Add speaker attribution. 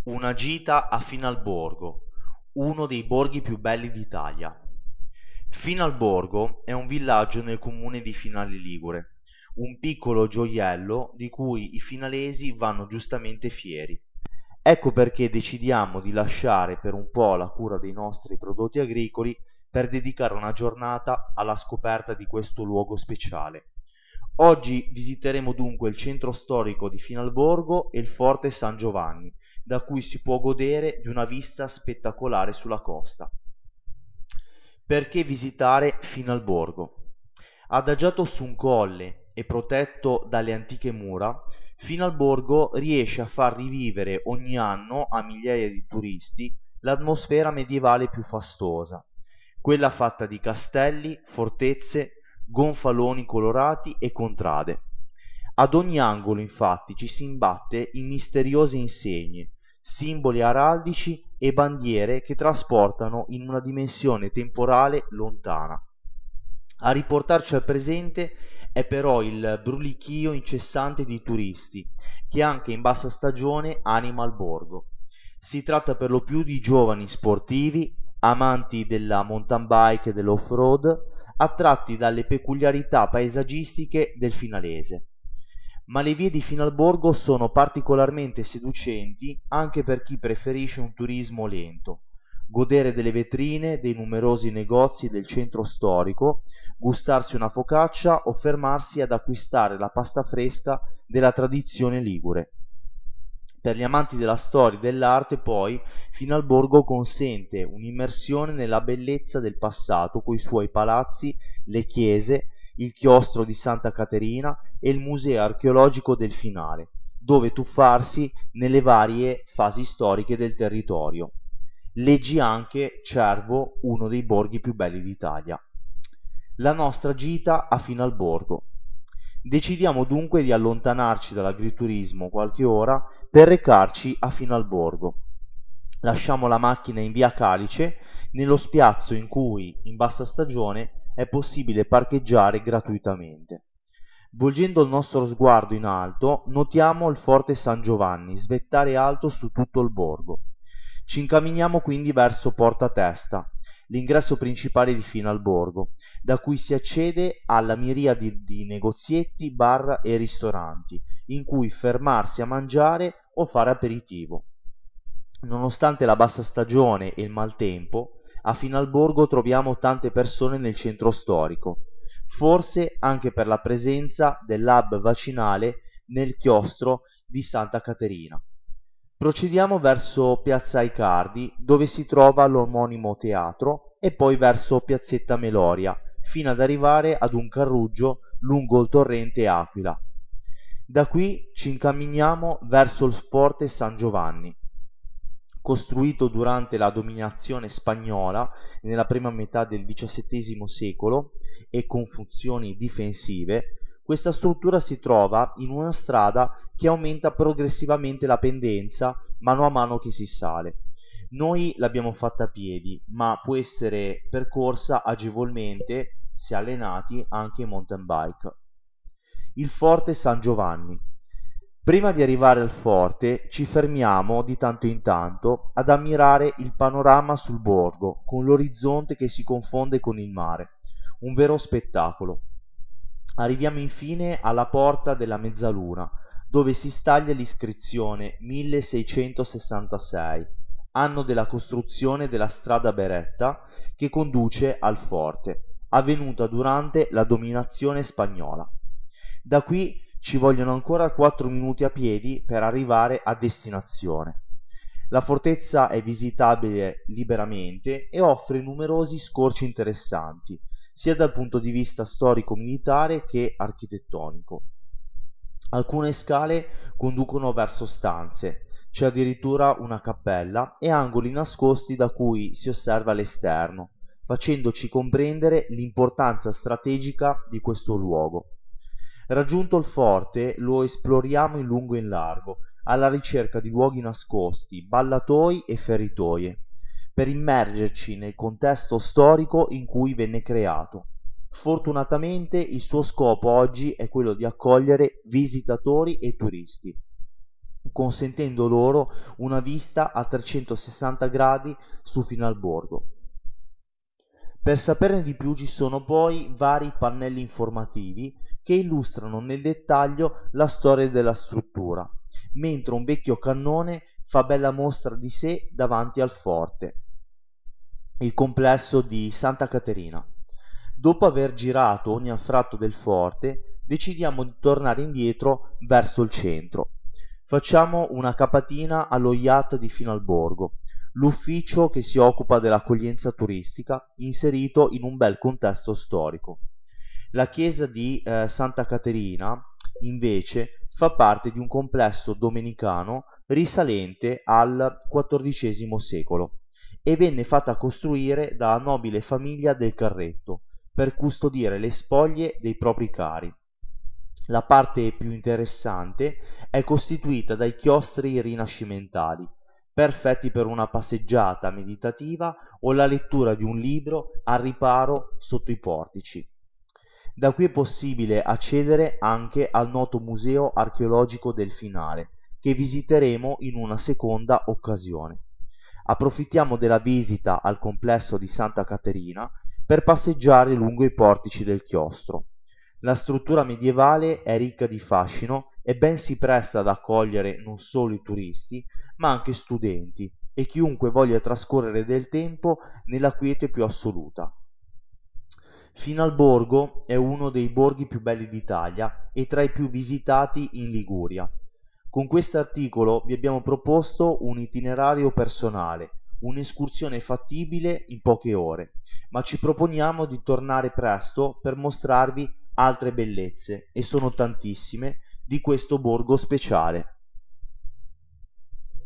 Speaker 1: Una gita a Finalborgo, uno dei borghi più belli d'Italia. Finalborgo è un villaggio nel comune di Finale Ligure, un piccolo gioiello di cui i finalesi vanno giustamente fieri. Ecco perché decidiamo di lasciare per un po' la cura dei nostri prodotti agricoli per dedicare una giornata alla scoperta di questo luogo speciale. Oggi visiteremo dunque il centro storico di Finalborgo e il forte San Giovanni, da cui si può godere di una vista spettacolare sulla costa. Perché visitare Finalborgo? Adagiato su un colle e protetto dalle antiche mura, Finalborgo riesce a far rivivere ogni anno a migliaia di turisti l'atmosfera medievale più fastosa, quella fatta di castelli, fortezze, gonfaloni colorati e contrade. Ad ogni angolo, infatti, ci si imbatte in misteriose insegne, simboli araldici e bandiere che trasportano in una dimensione temporale lontana. A riportarci al presente è però il brulichio incessante di turisti, che anche in bassa stagione anima il borgo. Si tratta per lo più di giovani sportivi, amanti della mountain bike e dell'off-road, attratti dalle peculiarità paesaggistiche del finalese. Ma le vie di Finalborgo sono particolarmente seducenti anche per chi preferisce un turismo lento, godere delle vetrine dei numerosi negozi del centro storico, gustarsi una focaccia o fermarsi ad acquistare la pasta fresca della tradizione ligure. Per gli amanti della storia e dell'arte, poi, Finalborgo consente un'immersione nella bellezza del passato coi suoi palazzi, le chiese, il chiostro di Santa Caterina e il museo archeologico del Finale, dove tuffarsi nelle varie fasi storiche del territorio. Leggi anche Cervo, uno dei borghi più belli d'Italia. La nostra gita a Finalborgo. Decidiamo dunque di allontanarci dall'agriturismo qualche ora per recarci a Finalborgo. Lasciamo la macchina in via Calice, nello spiazzo in cui, in bassa stagione, è possibile parcheggiare gratuitamente. Volgendo il nostro sguardo in alto, notiamo il forte San Giovanni svettare alto su tutto il borgo. Ci incamminiamo quindi verso Porta Testa, l'ingresso principale di Finalborgo, da cui si accede alla miriade di negozietti, bar e ristoranti, in cui fermarsi a mangiare o fare aperitivo. Nonostante la bassa stagione e il maltempo, a Finalborgo troviamo tante persone nel centro storico, forse anche per la presenza dell'hub vaccinale nel chiostro di Santa Caterina. Procediamo verso Piazza Aicardi, dove si trova l'omonimo teatro, e poi verso Piazzetta Meloria, fino ad arrivare ad un carruggio lungo il torrente Aquila. Da qui ci incamminiamo verso il forte San Giovanni. Costruito durante la dominazione spagnola nella prima metà del XVII secolo e con funzioni difensive, questa struttura si trova in una strada che aumenta progressivamente la pendenza mano a mano che si sale. Noi l'abbiamo fatta a piedi, ma può essere percorsa agevolmente, se allenati, anche in mountain bike. Il forte San Giovanni. Prima di arrivare al forte ci fermiamo di tanto in tanto ad ammirare il panorama sul borgo, con l'orizzonte che si confonde con il mare. Un vero spettacolo. Arriviamo infine alla porta della Mezzaluna, dove si staglia l'iscrizione 1666, anno della costruzione della strada Beretta che conduce al forte, avvenuta durante la dominazione spagnola. Da qui ci vogliono ancora 4 minuti a piedi per arrivare a destinazione. La fortezza è visitabile liberamente e offre numerosi scorci interessanti, sia dal punto di vista storico-militare che architettonico. Alcune scale conducono verso stanze, c'è addirittura una cappella e angoli nascosti da cui si osserva l'esterno, facendoci comprendere l'importanza strategica di questo luogo. Raggiunto il forte, lo esploriamo in lungo e in largo, alla ricerca di luoghi nascosti, ballatoi e feritoie, per immergerci nel contesto storico in cui venne creato. Fortunatamente il suo scopo oggi è quello di accogliere visitatori e turisti. consentendo loro una vista a 360 gradi su Finalborgo. Per saperne di più ci sono poi vari pannelli informativi che illustrano nel dettaglio la storia della struttura, mentre un vecchio cannone fa bella mostra di sé davanti al forte, il complesso di Santa Caterina. Dopo aver girato ogni anfratto del forte, decidiamo di tornare indietro verso il centro. Facciamo una capatina allo yacht di Finalborgo, l'ufficio che si occupa dell'accoglienza turistica, inserito in un bel contesto storico. La chiesa di Santa Caterina, invece, fa parte di un complesso domenicano risalente al XIV secolo e venne fatta costruire dalla nobile famiglia del Carretto per custodire le spoglie dei propri cari. La parte più interessante è costituita dai chiostri rinascimentali, perfetti per una passeggiata meditativa o la lettura di un libro al riparo sotto i portici. Da qui è possibile accedere anche al noto Museo archeologico del Finale, che visiteremo in una seconda occasione. Approfittiamo della visita al complesso di Santa Caterina per passeggiare lungo i portici del chiostro. La struttura medievale è ricca di fascino e ben si presta ad accogliere non solo i turisti, ma anche studenti e chiunque voglia trascorrere del tempo nella quiete più assoluta. Finalborgo è uno dei borghi più belli d'Italia e tra i più visitati in Liguria. Con questo articolo vi abbiamo proposto un itinerario personale, un'escursione fattibile in poche ore, ma ci proponiamo di tornare presto per mostrarvi altre bellezze, e sono tantissime, di questo borgo speciale.